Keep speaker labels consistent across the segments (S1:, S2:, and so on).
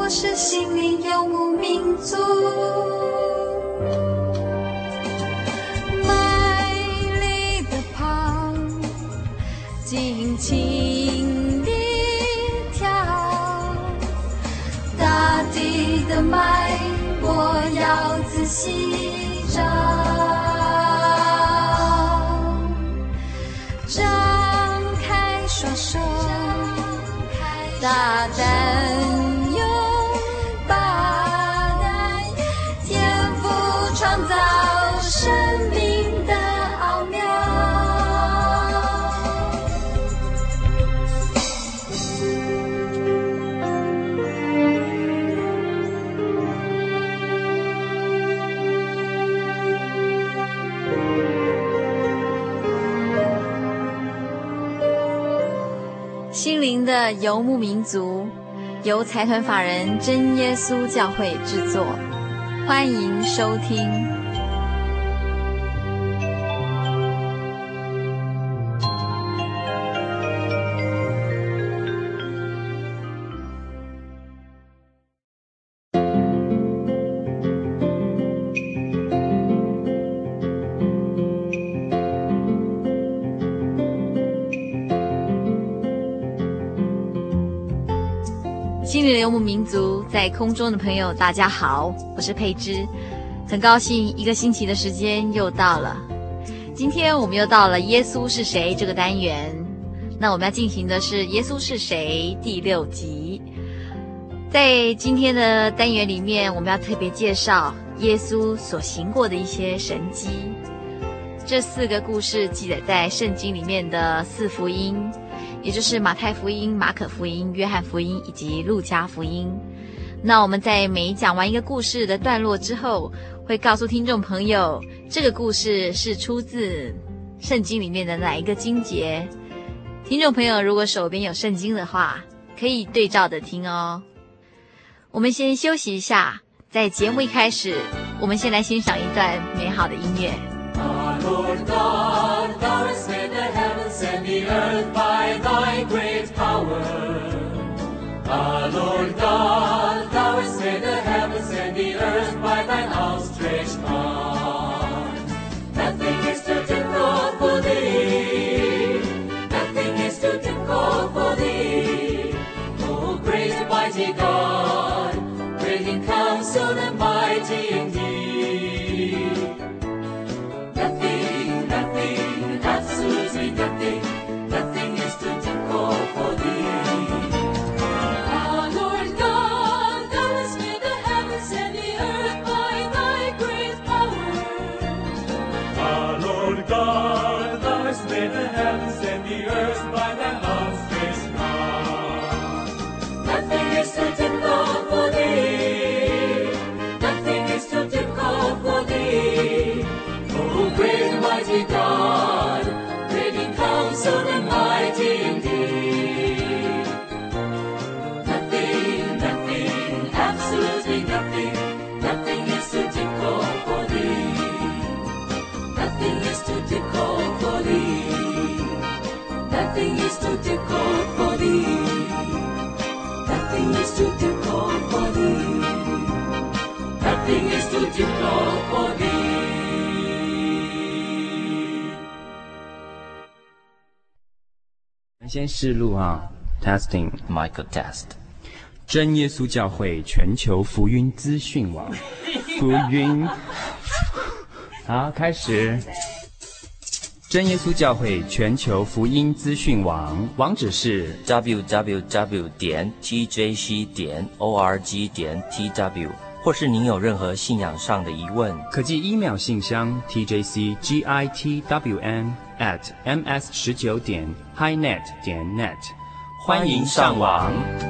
S1: 我是心灵游牧民族。美丽的跑，尽情地跳，大地的脉我要仔细找，张开双手，大胆拥抱，天赋创造生命的奥妙。心灵的游牧民族，由财团法人真耶稣教会制作，欢迎收听。心灵的游牧民族，在空中的朋友大家好，我是佩芝，很高兴一个星期的时间又到了。今天我们又到了耶稣是谁这个单元，那我们要进行的是耶稣是谁第6集。在今天的单元里面，我们要特别介绍耶稣所行过的一些神迹。这4个故事记载在圣经里面的4福音，也就是马太福音、马可福音、约翰福音以及路加福音。那我们在每讲完一个故事的段落之后，会告诉听众朋友这个故事是出自圣经里面的哪一个经节。听众朋友如果手边有圣经的话，可以对照着听哦。我们先休息一下，在节目一开始，我们先来欣赏一段美好的音乐。
S2: Our Lord God, thou hast made the heavens and the earth by thy great power. Our Lord God, thou hast made the heavens and the earth by thine outstretched arm. Nothing is too difficult for thee. Nothing is too difficult for thee. Oh, great and mighty God, great in counsel and mighty indeed.Nothing, nothing is too difficult for thee. Our Lord God, thou hast made the heavens and the earth by thy great power. Our Lord God, thou hast made the heavens and the earth by thy outstretched arm. Nothing is too difficult for thee. Nothing is too difficult for thee. Oh, great and mighty God.So and mighty indeed. Nothing, nothing, absolutely nothing, nothing is too difficult for thee. Nothing is too difficult for thee. Nothing is too difficult for thee. Nothing is too difficult for thee. Nothing is too difficult for thee.
S3: 先试录啊 ，testing
S4: Michael test。
S3: 真耶稣教会全球福音资讯网，福音。好，开始。真耶稣教会全球福音资讯网，网址是
S4: www.tjc.org.tw， 或是您有任何信仰上的疑问，
S3: 可寄 email 信箱 tjcgitwn@ms19.highnet.net， 欢迎上网。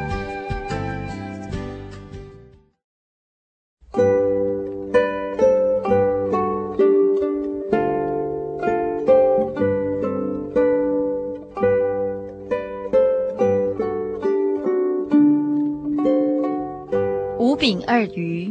S1: 5饼2鱼。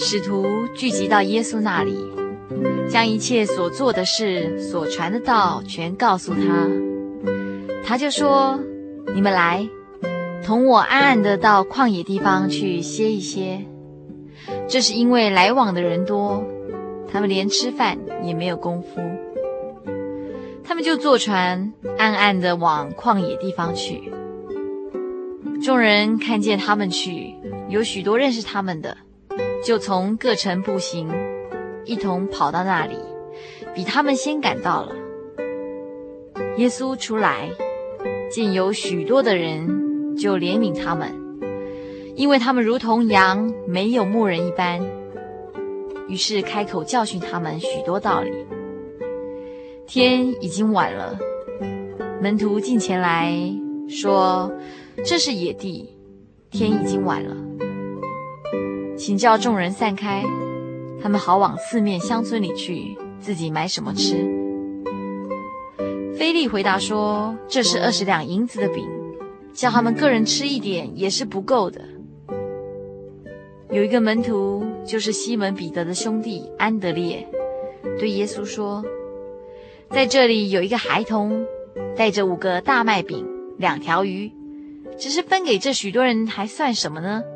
S1: 使徒聚集到耶稣那里，将一切所做的事、所传的道全告诉他。他就说：“你们来，同我暗暗的到旷野地方去歇一歇。”这是因为来往的人多，他们连吃饭也没有功夫。他们就坐船，暗暗的往旷野地方去。众人看见他们去，有许多认识他们的，就从各城步行，一同跑到那里，比他们先赶到了。耶稣出来，见有许多的人，就怜悯他们，因为他们如同羊没有牧人一般。于是开口教训他们许多道理。天已经晚了，门徒近前来说：“这是野地，天已经晚了，请叫众人散开，他们好往四面乡村里去，自己买什么吃。”腓力回答说：“这是20两银子的饼，叫他们个人吃一点也是不够的。”有一个门徒，就是西门彼得的兄弟安德烈，对耶稣说：“在这里有一个孩童，带着5个大麦饼、2条鱼，只是分给这许多人，还算什么呢？”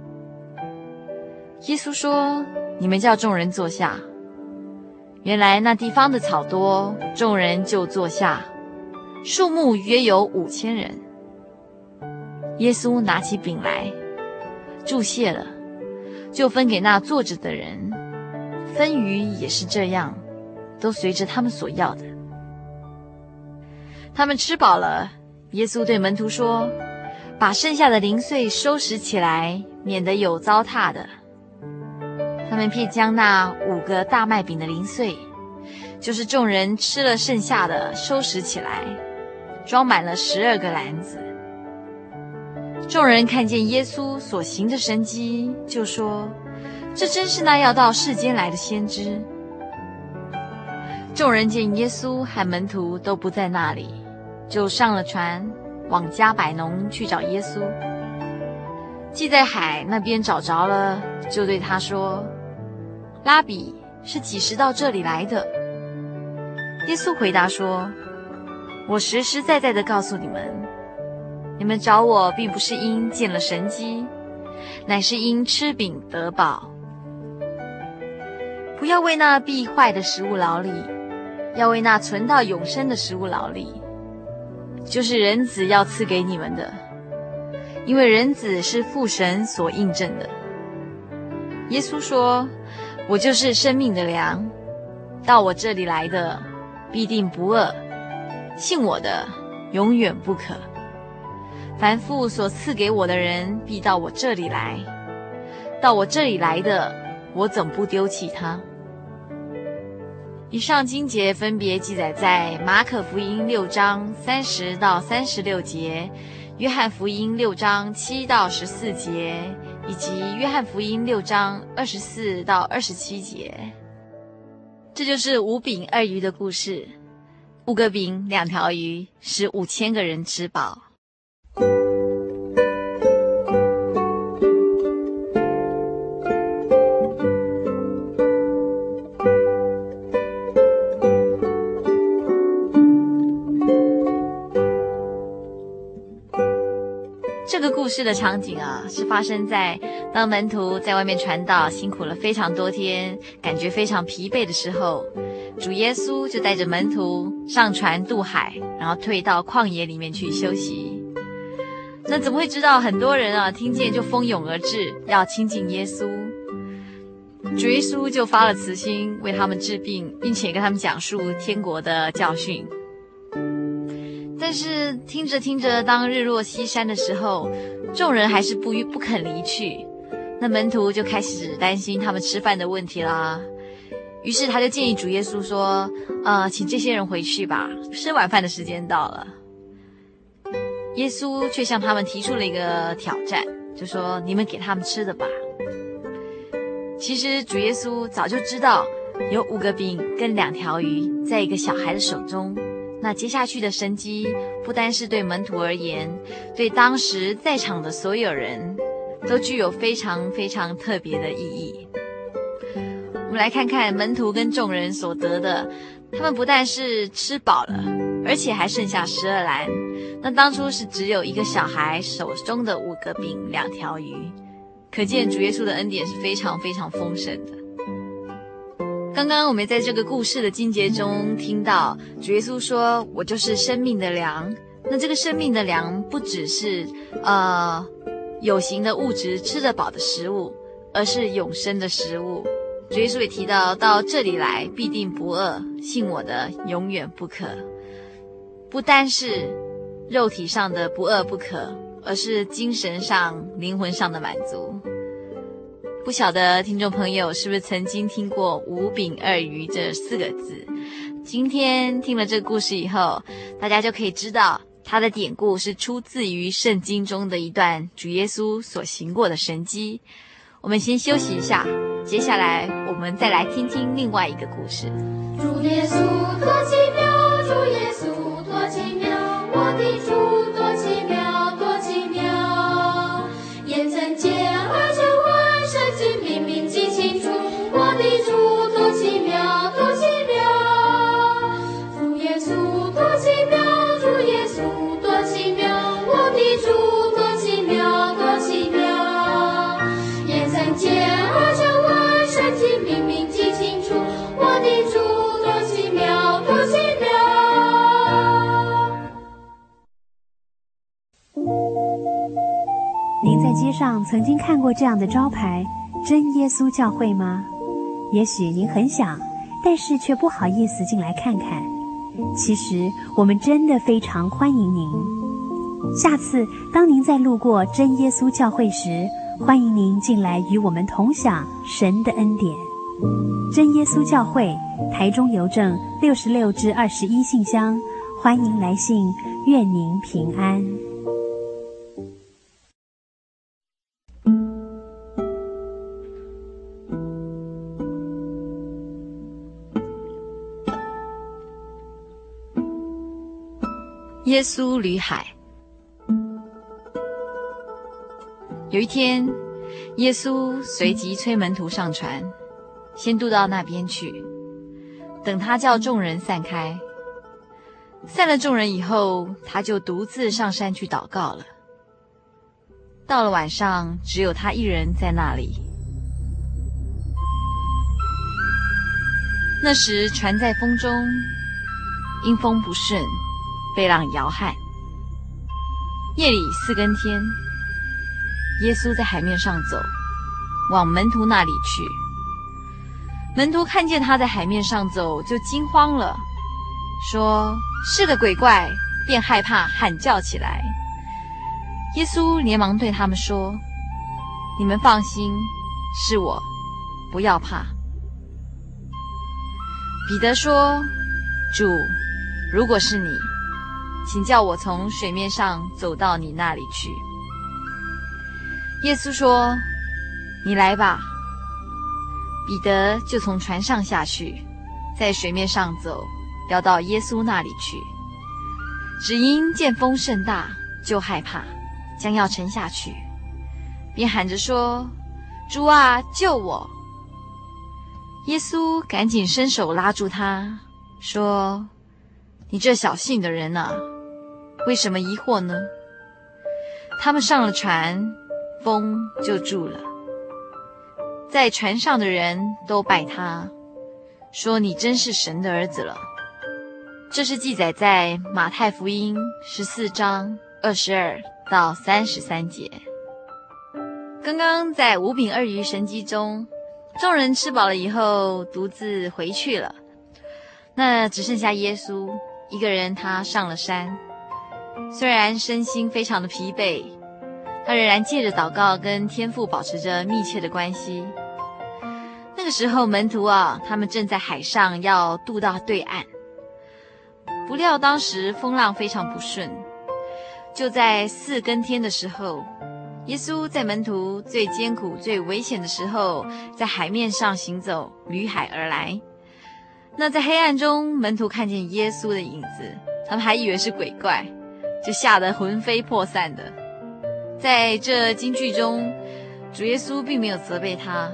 S1: 耶稣说：“你们叫众人坐下。”原来那地方的草多，众人就坐下，数目约有5000人。耶稣拿起饼来，祝谢了，就分给那坐着的人，分鱼也是这样，都随着他们所要的。他们吃饱了，耶稣对门徒说：“把剩下的零碎收拾起来，免得有糟蹋的。”他们便将那5个大麦饼的零碎，就是众人吃了剩下的，收拾起来，装满了12个篮子。众人看见耶稣所行的神迹，就说：“这真是那要到世间来的先知。”众人见耶稣和门徒都不在那里，就上了船，往加百农去找耶稣。既在海那边找着了，就对他说：“拉比，是几时到这里来的？”耶稣回答说：“我实实在在的告诉你们，你们找我并不是因见了神迹，乃是因吃饼得饱。不要为那必坏的食物劳力，要为那存到永生的食物劳力，就是人子要赐给你们的，因为人子是父神所印证的。”耶稣说：“我就是生命的粮，到我这里来的必定不饿，信我的永远不渴。凡父所赐给我的人，必到我这里来，到我这里来的，我总不丢弃他。”以上经节分别记载在马可福音6章30到36节、约翰福音6章7到14节，以及约翰福音6章24到27节。这就是5饼2鱼的故事。5个饼2条鱼，使5000个人吃饱。这个故事的场景是发生在当门徒在外面传道，辛苦了非常多天，感觉非常疲惫的时候，主耶稣就带着门徒上船渡海，然后退到旷野里面去休息。那怎么会知道很多人听见就蜂拥而至，要亲近耶稣？主耶稣就发了慈心，为他们治病，并且跟他们讲述天国的教训。但是听着听着，当日落西山的时候，众人还是不肯离去。那门徒就开始担心他们吃饭的问题啦。于是他就建议主耶稣说：“请这些人回去吧，吃晚饭的时间到了。”耶稣却向他们提出了一个挑战，就说：“你们给他们吃的吧。”其实主耶稣早就知道有5个饼跟2条鱼在一个小孩的手中。那接下去的神迹不单是对门徒而言，对当时在场的所有人都具有非常非常特别的意义。 们来看看门徒跟众人所得的，他们不但是吃饱了，而且还剩下12篮。那当初是只有一个小孩手中的5个饼2条鱼，可见主耶稣的恩典是非常非常丰盛的。刚刚我们在这个故事的经节中听到主耶稣说，我就是生命的粮。那这个生命的粮不只是有形的物质吃得饱的食物，而是永生的食物。主耶稣也提到这里来必定不饿，信我的永远不渴。不单是肉体上的不饿不渴，而是精神上灵魂上的满足。不晓得听众朋友是不是曾经听过5饼2鱼这4个字？今天听了这个故事以后，大家就可以知道它的典故是出自于圣经中的一段主耶稣所行过的神迹。我们先休息一下，接下来我们再来听听另外一个故事。
S2: 主耶稣多奇妙，主耶稣多奇妙，我的主多奇妙，多奇妙。眼曾见而成万神经明明记清楚，我的主多奇妙，多奇妙。主耶稣多奇妙，主耶稣多奇妙，我的主多奇妙，多奇妙。眼曾见而成万神经明明记清楚，我的主多奇妙，多奇妙。
S5: 您在街上曾经看过这样的招牌“真耶稣教会”吗？也许您很想，但是却不好意思进来看看。其实我们真的非常欢迎您。下次当您再路过真耶稣教会时，欢迎您进来与我们同享神的恩典。真耶稣教会，台中邮政66-21信箱，欢迎来信，愿您平安。
S1: 耶稣旅海。有一天，耶稣随即催门徒上船，先渡到那边去，等他叫众人散开。散了众人以后，他就独自上山去祷告了。到了晚上，只有他一人在那里。那时船在风中，因风不顺，被浪摇撼。夜里4更天，耶稣在海面上走，往门徒那里去。门徒看见他在海面上走，就惊慌了，说是个鬼怪，便害怕，喊叫起来。耶稣连忙对他们说：你们放心，是我，不要怕。彼得说：主，如果是你，请叫我从水面上走到你那里去。耶稣说：你来吧。彼得就从船上下去，在水面上走，要到耶稣那里去。只因见风甚大，就害怕，将要沉下去，便喊着说：主啊，救我！耶稣赶紧伸手拉住他，说：你这小信的人啊，为什么疑惑呢？他们上了船，风就住了。在船上的人都拜他，说你真是神的儿子了。这是记载在马太福音14章22到33节。刚刚在5饼2鱼神迹中，众人吃饱了以后独自回去了，那只剩下耶稣一个人，他上了山。虽然身心非常的疲惫，他仍然借着祷告跟天父保持着密切的关系。那个时候门徒他们正在海上要渡到对岸，不料当时风浪非常不顺。就在4更天的时候，耶稣在门徒最艰苦最危险的时候，在海面上行走，履海而来。那在黑暗中，门徒看见耶稣的影子，他们还以为是鬼怪，就吓得魂飞魄散的。在这经句中，主耶稣并没有责备他，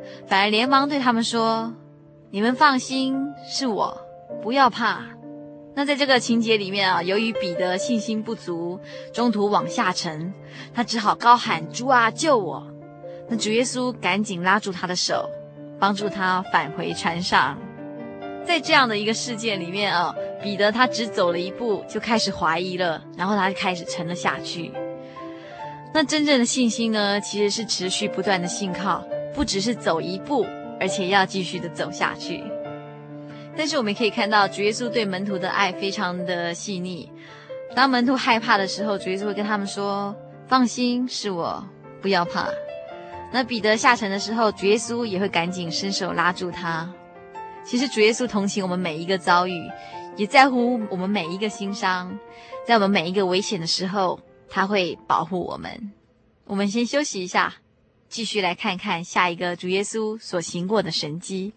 S1: 反而连忙对他们说：“你们放心，是我，不要怕。”那在这个情节里面啊，由于彼得信心不足，中途往下沉，他只好高喊：“主啊，救我！”那主耶稣赶紧拉住他的手，帮助他返回船上。在这样的一个事件里面啊，彼得他只走了一步就开始怀疑了，然后他就开始沉了下去。那真正的信心呢，其实是持续不断的信靠，不只是走一步，而且要继续的走下去。但是我们可以看到主耶稣对门徒的爱非常的细腻。当门徒害怕的时候，主耶稣会跟他们说：“放心，是我，不要怕。”那彼得下沉的时候，主耶稣也会赶紧伸手拉住他。其实主耶稣同情我们每一个遭遇，也在乎我们每一个心伤，在我们每一个危险的时候，他会保护我们。我们先休息一下，继续来看看下一个主耶稣所行过的神迹。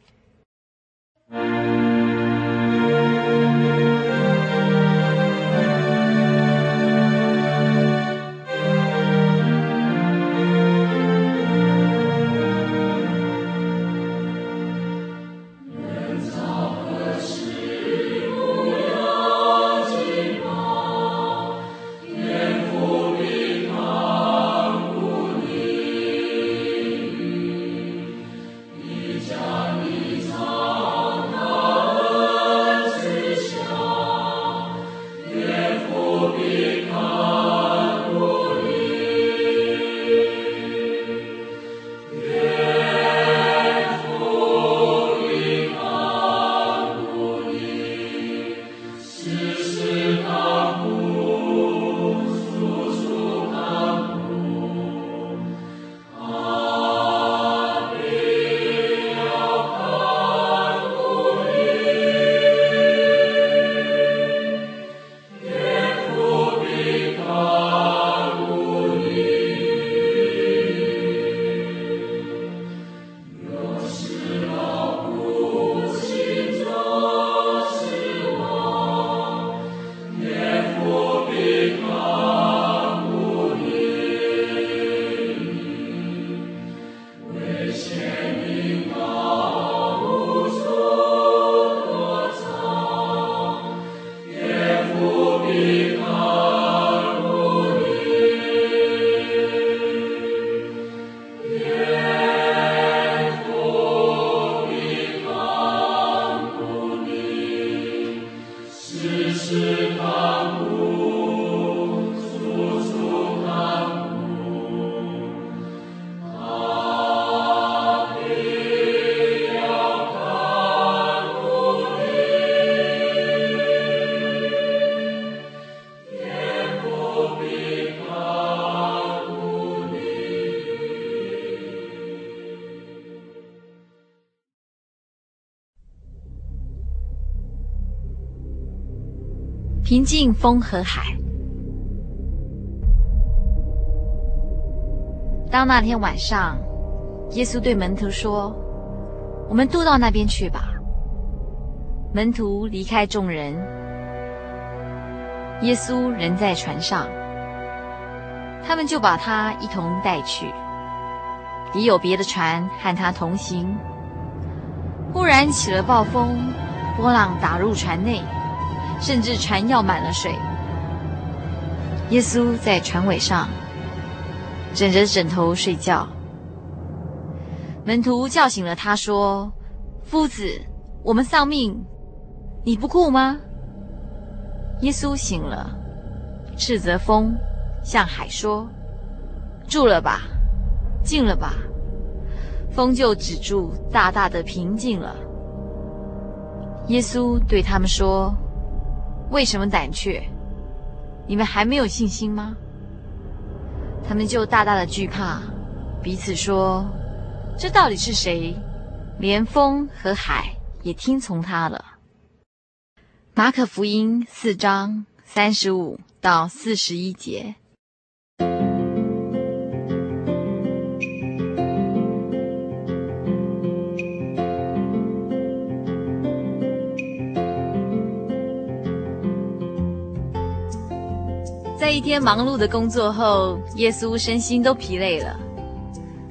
S1: 平静风和海。当那天晚上，耶稣对门徒说：“我们渡到那边去吧。”门徒离开众人，耶稣人在船上，他们就把他一同带去。也有别的船和他同行。忽然起了暴风，波浪打入船内，甚至船要满了水。耶稣在船尾上枕着枕头睡觉。门徒叫醒了他说：“夫子，我们丧命，你不顾吗？”耶稣醒了，斥责风，向海说：“住了吧，静了吧。”风就止住，大大的平静了。耶稣对他们说：“为什么胆怯？你们还没有信心吗？”他们就大大的惧怕，彼此说：“这到底是谁？连风和海也听从他了。”马可福音4章35到41节。在一天忙碌的工作后，耶稣身心都疲累了。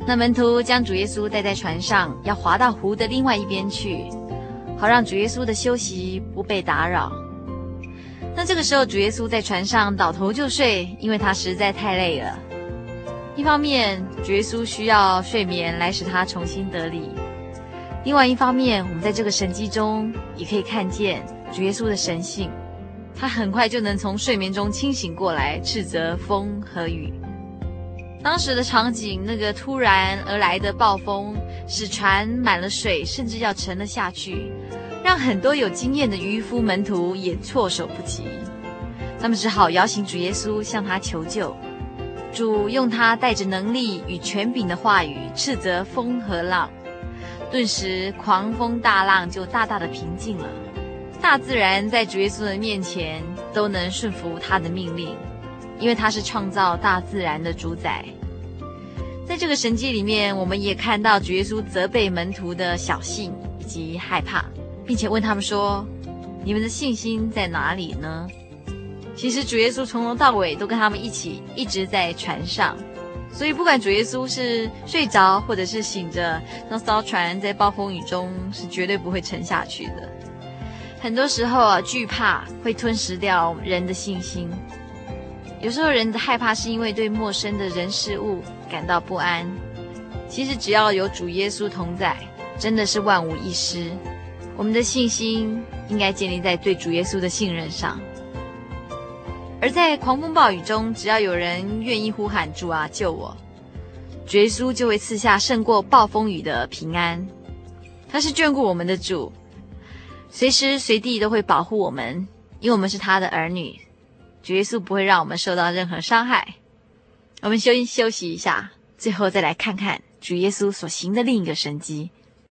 S1: 那门徒将主耶稣带在船上，要划到湖的另外一边去，好让主耶稣的休息不被打扰。那这个时候，主耶稣在船上倒头就睡，因为他实在太累了。一方面，主耶稣需要睡眠来使他重新得力；另外一方面，我们在这个神迹中也可以看见主耶稣的神性，他很快就能从睡眠中清醒过来，斥责风和雨。当时的场景，那个突然而来的暴风使船满了水，甚至要沉了下去，让很多有经验的渔夫门徒也措手不及。他们只好摇醒主耶稣，向他求救。主用他带着能力与权柄的话语斥责风和浪，顿时狂风大浪就大大的平静了。大自然在主耶稣的面前都能顺服他的命令，因为他是创造大自然的主宰。在这个神迹里面，我们也看到主耶稣责备门徒的小信以及害怕，并且问他们说：你们的信心在哪里呢？其实主耶稣从头到尾都跟他们一直在船上，所以不管主耶稣是睡着或者是醒着，那艘船在暴风雨中是绝对不会沉下去的。很多时候惧怕会吞噬掉人的信心。有时候人的害怕是因为对陌生的人事物感到不安，其实只要有主耶稣同在，真的是万无一失。我们的信心应该建立在对主耶稣的信任上。而在狂风暴雨中，只要有人愿意呼喊主啊救我，主耶稣就会赐下胜过暴风雨的平安。他是眷顾我们的主，随时随地都会保护我们，因为我们是他的儿女。主耶稣不会让我们受到任何伤害。我们休息一下，最后再来看看主耶稣所行的另一个神迹。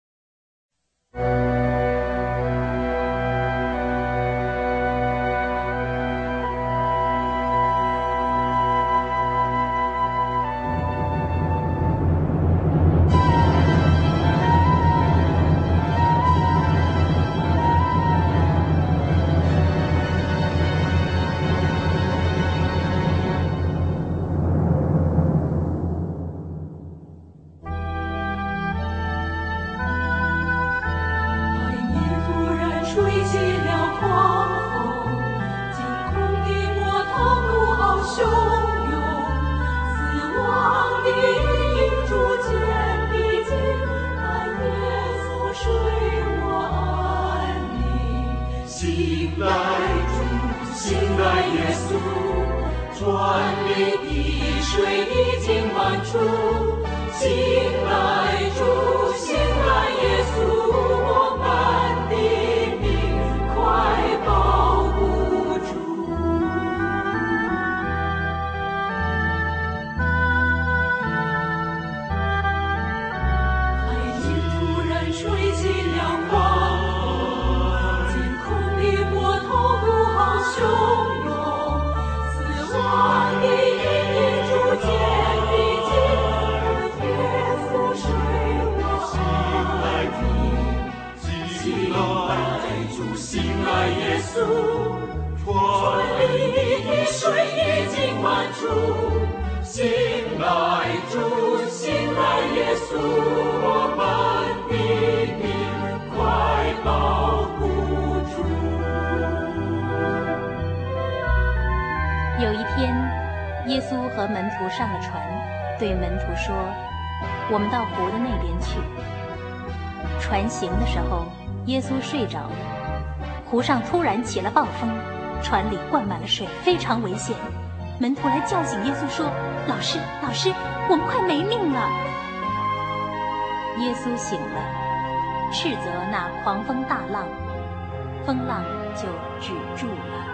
S5: 有一天，耶稣和门徒上了船，对门徒说：我们到湖的那边去。船行的时候，耶稣睡着了，湖上突然起了暴风，船里灌满了水，非常危险。门徒来叫醒耶稣说：老师，老师，我们快没命了。耶稣醒了，斥责那狂风大浪，风浪就止住了。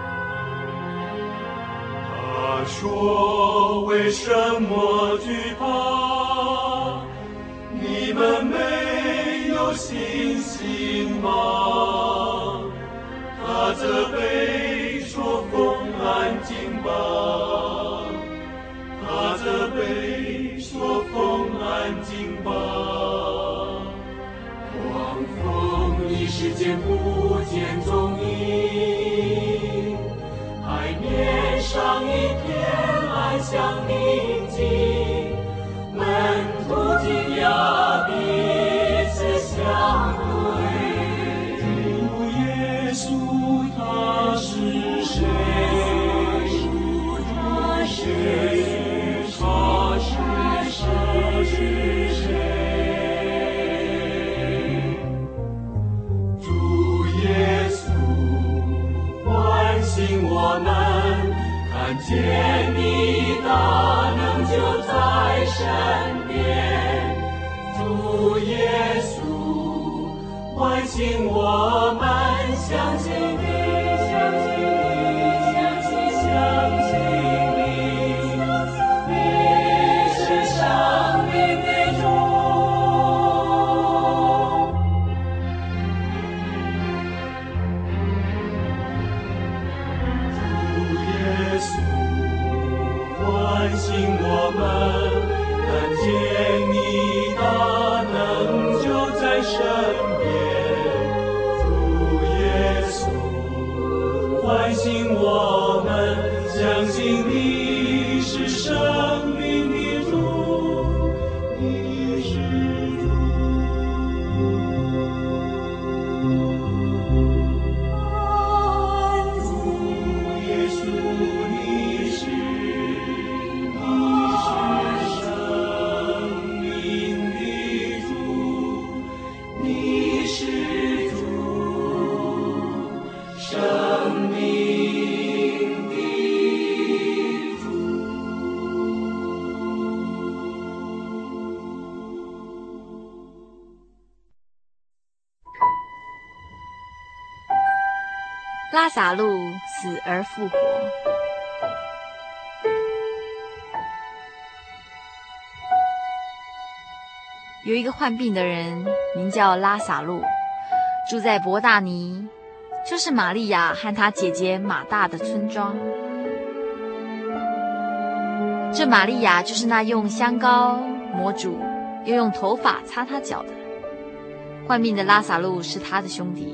S2: 他说：为什么惧怕？你们没有信心吗？他责备说：风安静吧。他责备说：风安静吧。狂风一时间不见踪影，海面上一片安详宁静，门徒耶稣，唤醒我们，相信你，相信你，相信你，你是生命的主。主耶稣，唤醒我们，看见你大能就在身边。主耶稣，唤醒我们，相信你是生命的主，你是主。主耶稣，你是生命的主，你是主，生命的主。
S1: 拉撒路死而复活。有一个患病的人，名叫拉撒路，住在伯大尼，就是玛利亚和她姐姐马大的村庄。这玛利亚就是那用香膏抹主，又用头发擦他脚的。患病的拉撒路是他的兄弟。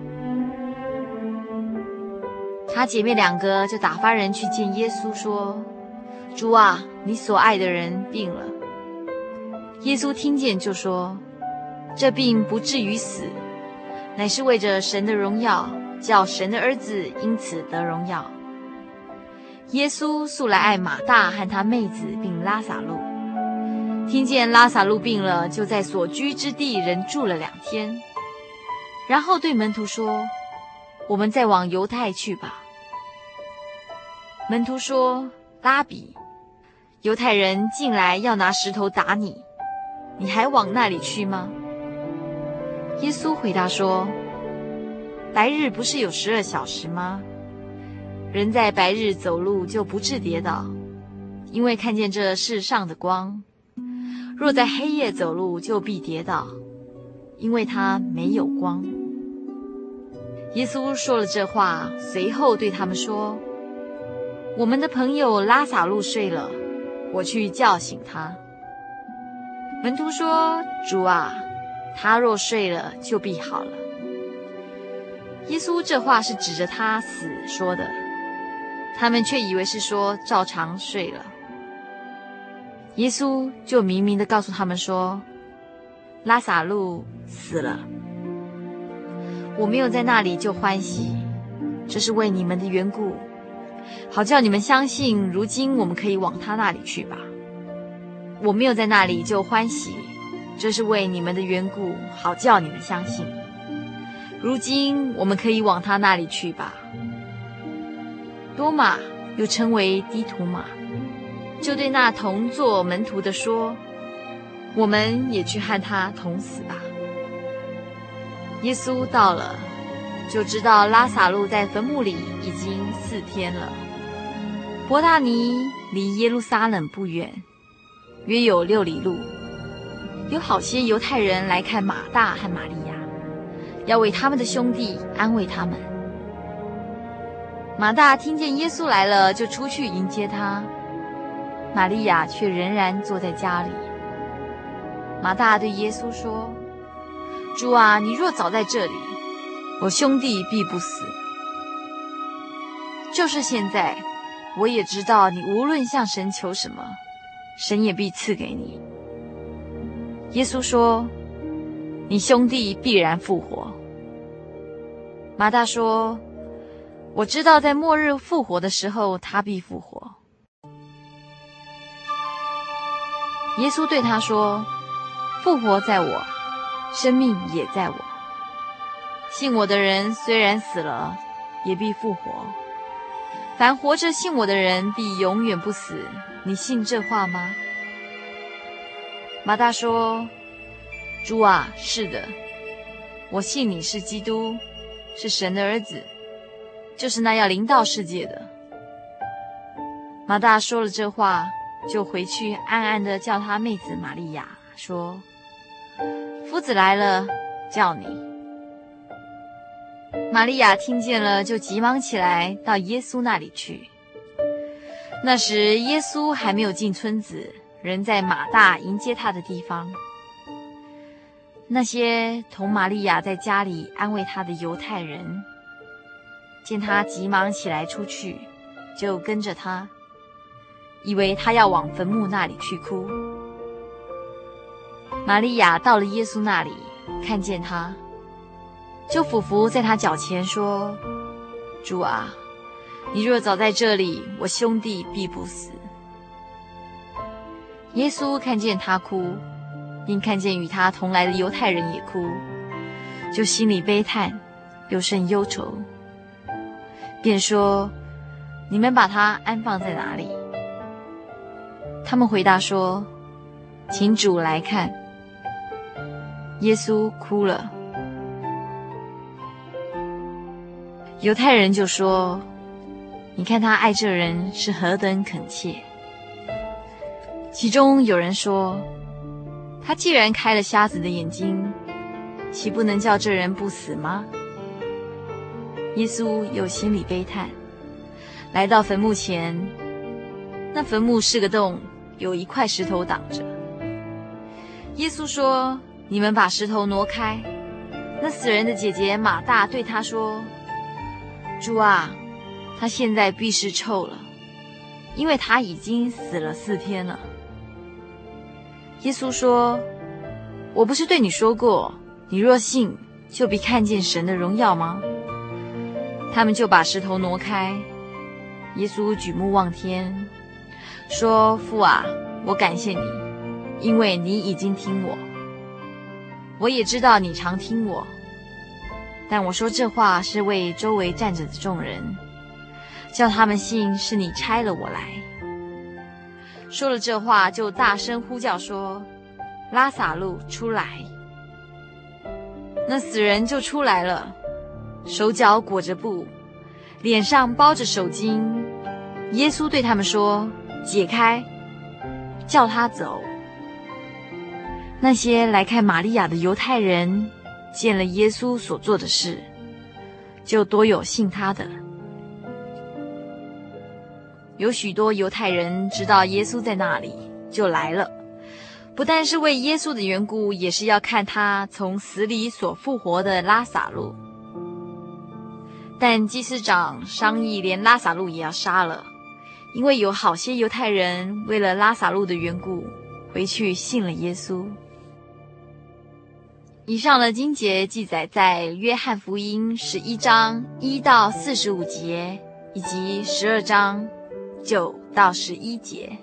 S1: 她姐妹两个就打发人去见耶稣，说：“主啊，你所爱的人病了。”耶稣听见就说：“这病不至于死，乃是为着神的荣耀，叫神的儿子因此得荣耀。”耶稣素来爱马大和他妹子并拉撒路，听见拉撒路病了，就在所居之地仍住了2天，然后对门徒说：“我们再往犹太去吧。”门徒说：“拉比，犹太人进来要拿石头打你，你还往那里去吗？”耶稣回答说：“白日不是有12小时吗？人在白日走路就不致跌倒，因为看见这世上的光；若在黑夜走路，就必跌倒，因为他没有光。”耶稣说了这话，随后对他们说：“我们的朋友拉撒路睡了，我去叫醒他。”门徒说：“主啊，他若睡了，就必好了。”耶稣这话是指着他死说的，他们却以为是说照常睡了。耶稣就明明地告诉他们说：“拉撒路死了，我没有在那里就欢喜，这是为你们的缘故，好叫你们相信，如今我们可以往他那里去吧。我没有在那里就欢喜，这是为你们的缘故，好叫你们相信，如今我们可以往他那里去吧。”多马又称为低图马，就对那同做门徒的说：“我们也去和他同死吧。”耶稣到了，就知道拉撒路在坟墓里已经4天了。伯大尼离耶路撒冷不远，约有6里路。有好些犹太人来看马大和玛利亚，要为他们的兄弟安慰他们。马大听见耶稣来了，就出去迎接他，玛利亚却仍然坐在家里。马大对耶稣说：“主啊，你若早在这里，我兄弟必不死。就是现在，我也知道你无论向神求什么，神也必赐给你。”耶稣说：“你兄弟必然复活。”马大说：“我知道在末日复活的时候，他必复活。”耶稣对他说：“复活在我，生命也在我。信我的人虽然死了，也必复活。凡活着信我的人，必永远不死。你信这话吗？”马大说：“ 主啊，是的，我信你是基督，是神的儿子，就是那要临到世界的。马大说了这话，就回去暗暗地叫他妹子玛利亚，说：夫子来了，叫你。玛利亚听见了，就急忙起来到耶稣那里去。那时耶稣还没有进村子，人在马大迎接他的地方。那些同玛利亚在家里安慰他的犹太人，见他急忙起来出去，就跟着他，以为他要往坟墓那里去哭。玛利亚到了耶稣那里，看见他，就俯伏在他脚前说：主啊，你若早在这里，我兄弟必不死。耶稣看见他哭，并看见与他同来的犹太人也哭，就心里悲叹，又甚忧愁，便说：你们把他安放在哪里？他们回答说：请主来看。耶稣哭了。犹太人就说：你看他爱这人是何等恳切。其中有人说：他既然开了瞎子的眼睛，岂不能叫这人不死吗？耶稣又心里悲叹，来到坟墓前，那坟墓是个洞，有一块石头挡着。耶稣说：你们把石头挪开。那死人的姐姐马大对他说：主啊，他现在必是臭了，因为他已经死了4天了。耶稣说：我不是对你说过，你若信，就必看见神的荣耀吗？他们就把石头挪开。耶稣举目望天，说：父啊，我感谢你，因为你已经听我。我也知道你常听我，但我说这话是为周围站着的众人，叫他们信是你差了我来。说了这话，就大声呼叫说：拉撒路出来！那死人就出来了，手脚裹着布，脸上包着手巾。耶稣对他们说：解开，叫他走。那些来看玛利亚的犹太人见了耶稣所做的事，就多有信他的。有许多犹太人知道耶稣在那里，就来了，不但是为耶稣的缘故，也是要看他从死里所复活的拉撒路。但祭司长商议连拉撒路也要杀了，因为有好些犹太人为了拉撒路的缘故，回去信了耶稣。以上的经节记载在约翰福音11章1到45节，以及12章9到11节。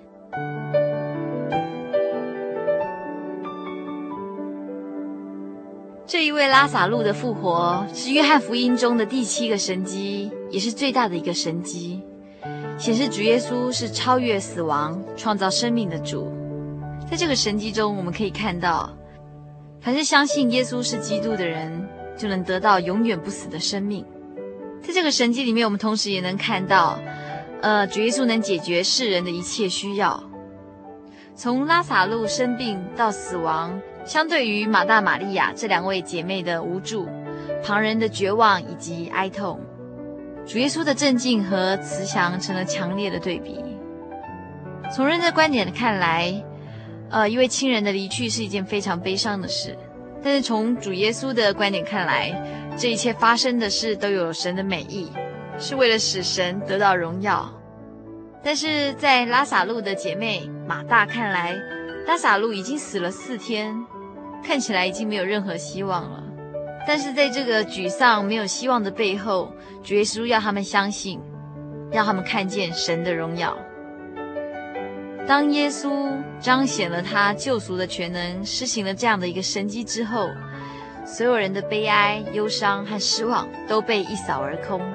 S1: 这一位拉撒路的复活是约翰福音中的第7个神迹，也是最大的一个神迹，显示主耶稣是超越死亡、创造生命的主。在这个神迹中，我们可以看到，凡是相信耶稣是基督的人，就能得到永远不死的生命。在这个神迹里面，我们同时也能看到，主耶稣能解决世人的一切需要。从拉撒路生病到死亡，相对于马大、玛利亚这2位姐妹的无助、旁人的绝望以及哀痛，主耶稣的镇静和慈祥成了强烈的对比。从人的观点看来，一位亲人的离去是一件非常悲伤的事，但是从主耶稣的观点看来，这一切发生的事都有神的美意，是为了使神得到荣耀。但是在拉撒路的姐妹马大看来，拉撒路已经死了4天，看起来已经没有任何希望了。但是在这个沮丧没有希望的背后，主耶稣要他们相信，让他们看见神的荣耀。当耶稣彰显了他救赎的全能，施行了这样的一个神迹之后，所有人的悲哀、忧伤和失望都被一扫而空。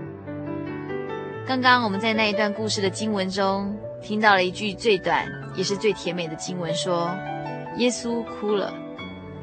S1: 刚刚我们在那一段故事的经文中听到了一句最短也是最甜美的经文，说耶稣哭了。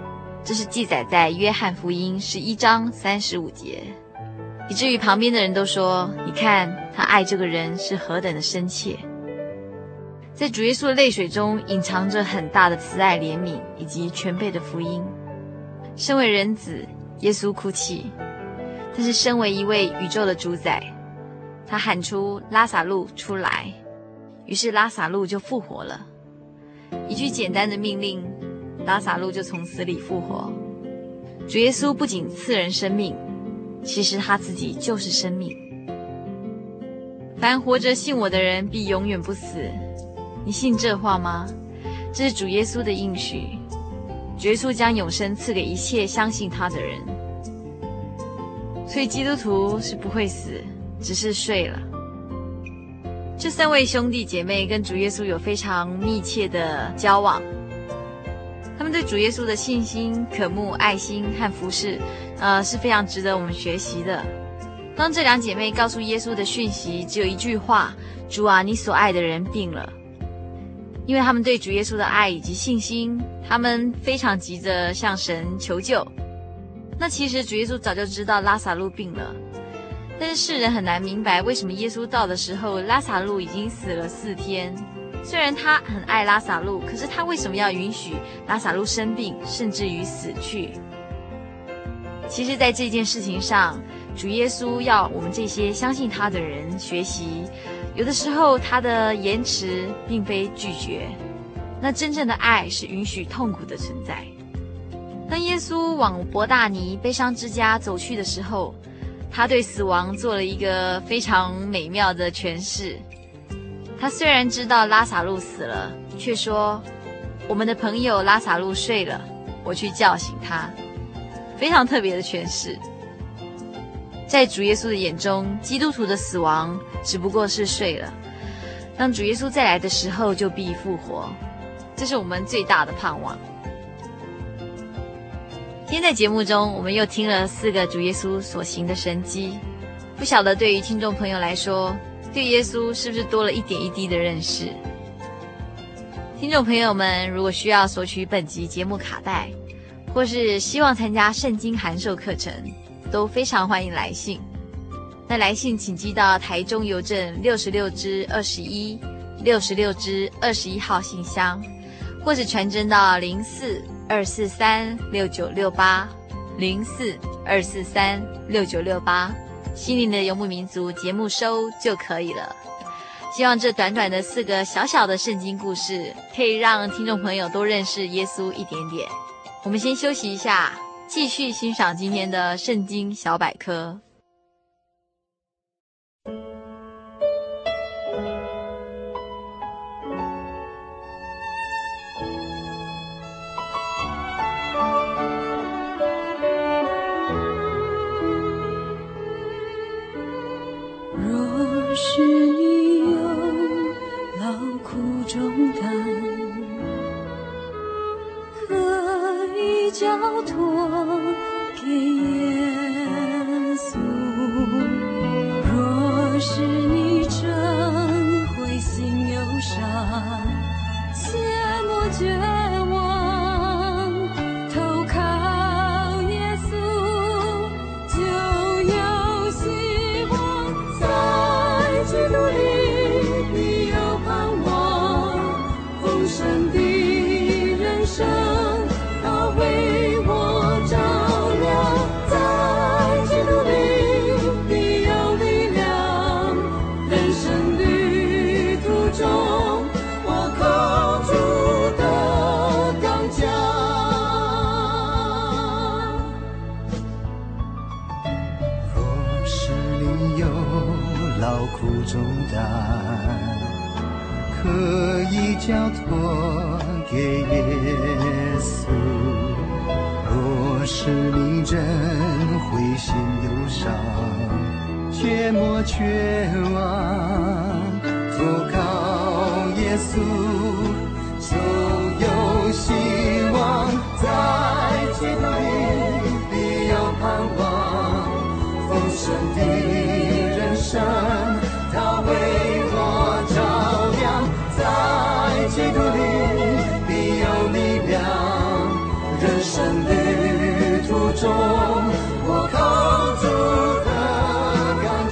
S1: 这是记载在约翰福音11章35节，以至于旁边的人都说，你看他爱这个人是何等的深切。在主耶稣的泪水中隐藏着很大的慈爱怜悯以及全备的福音。身为人子，耶稣哭泣，但是身为一位宇宙的主宰，他喊出拉撒路出来，于是拉撒路就复活了。一句简单的命令，拉撒路就从死里复活。主耶稣不仅赐人生命，其实他自己就是生命。凡活着信我的人必永远不死，你信这话吗？这是主耶稣的应许。主耶稣将永生赐给一切相信他的人。所以基督徒是不会死，只是睡了。这3位兄弟姐妹跟主耶稣有非常密切的交往，他们对主耶稣的信心、渴慕、爱心和服侍，是非常值得我们学习的。当这2姐妹告诉耶稣的讯息只有一句话：主啊，你所爱的人病了。因为他们对主耶稣的爱以及信心，他们非常急着向神求救。那其实主耶稣早就知道拉撒路病了，但是世人很难明白为什么耶稣到的时候，拉撒路已经死了4天。虽然他很爱拉撒路，可是他为什么要允许拉撒路生病，甚至于死去？其实在这件事情上，主耶稣要我们这些相信他的人学习，有的时候他的延迟并非拒绝，那真正的爱是允许痛苦的存在。当耶稣往伯大尼悲伤之家走去的时候，他对死亡做了一个非常美妙的诠释。他虽然知道拉撒路死了，却说，我们的朋友拉撒路睡了，我去叫醒他。非常特别的诠释。在主耶稣的眼中，基督徒的死亡只不过是睡了，当主耶稣再来的时候就必复活，这是我们最大的盼望。今天在节目中，我们又听了4个主耶稣所行的神迹，不晓得对于听众朋友来说，对耶稣是不是多了一点一滴的认识？听众朋友们，如果需要索取本集节目卡带，或是希望参加圣经函授课程，都非常欢迎来信。那来信请寄到台中邮政66支21 66支21号信箱，或是传真到04-243-6968 04-243-6968，心灵的游牧民族节目收就可以了。希望这短短的4个小小的圣经故事，可以让听众朋友多认识耶稣一点点。我们先休息一下，继续欣赏今天的圣经小百科。
S2: 若是你有劳苦重担，可以交托给耶稣。若是你正灰心忧伤，切莫绝望，投靠耶稣就有希望。在基督里必有盼望，丰盛的人生他为我照亮。在基督里必有力量，人生旅途中我靠主的刚强。
S6: 若是你有劳苦重担，可以交托给耶稣。若是你真灰心忧伤，切莫绝望，投靠耶稣就有希望。在基督里必有盼望，丰盛的人生他为我照亮。在基督里必有力量，人生旅中，我靠主的刚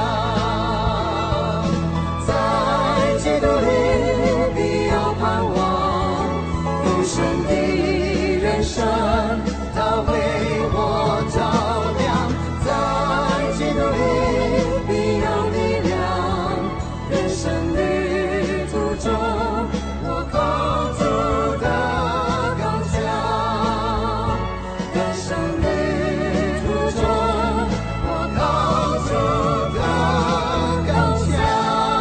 S6: 强，在基督里必有盼望，丰盛的人生他为我照亮，在基督里必有力量，人生旅途中我靠主的刚强，人生旅途中我靠主的刚强。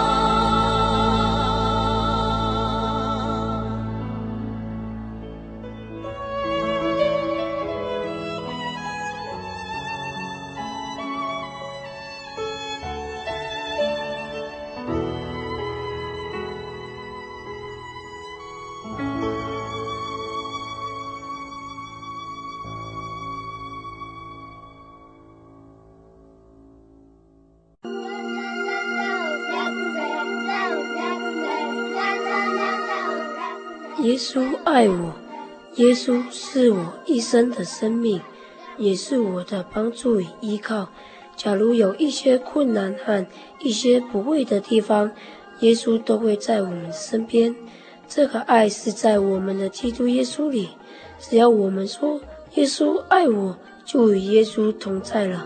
S7: 耶稣爱我，耶稣是我一生的生命，也是我的帮助与依靠。假如有一些困难和一些不会的地方，耶稣都会在我们身边。这个爱是在我们的基督耶稣里，只要我们说耶稣爱我，就与耶稣同在了。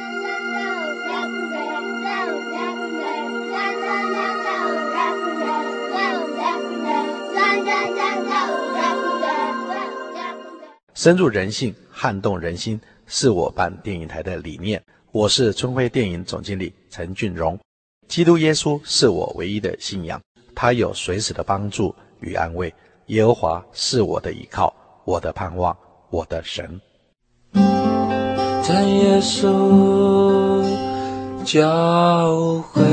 S8: 深入人性，撼动人心，是我办电影台的理念。我是春晖电影总经理陈俊荣。基督耶稣是我唯一的信仰，他有随时的帮助与安慰。耶和华是我的依靠，我的盼望，我的神。
S9: 在耶稣教会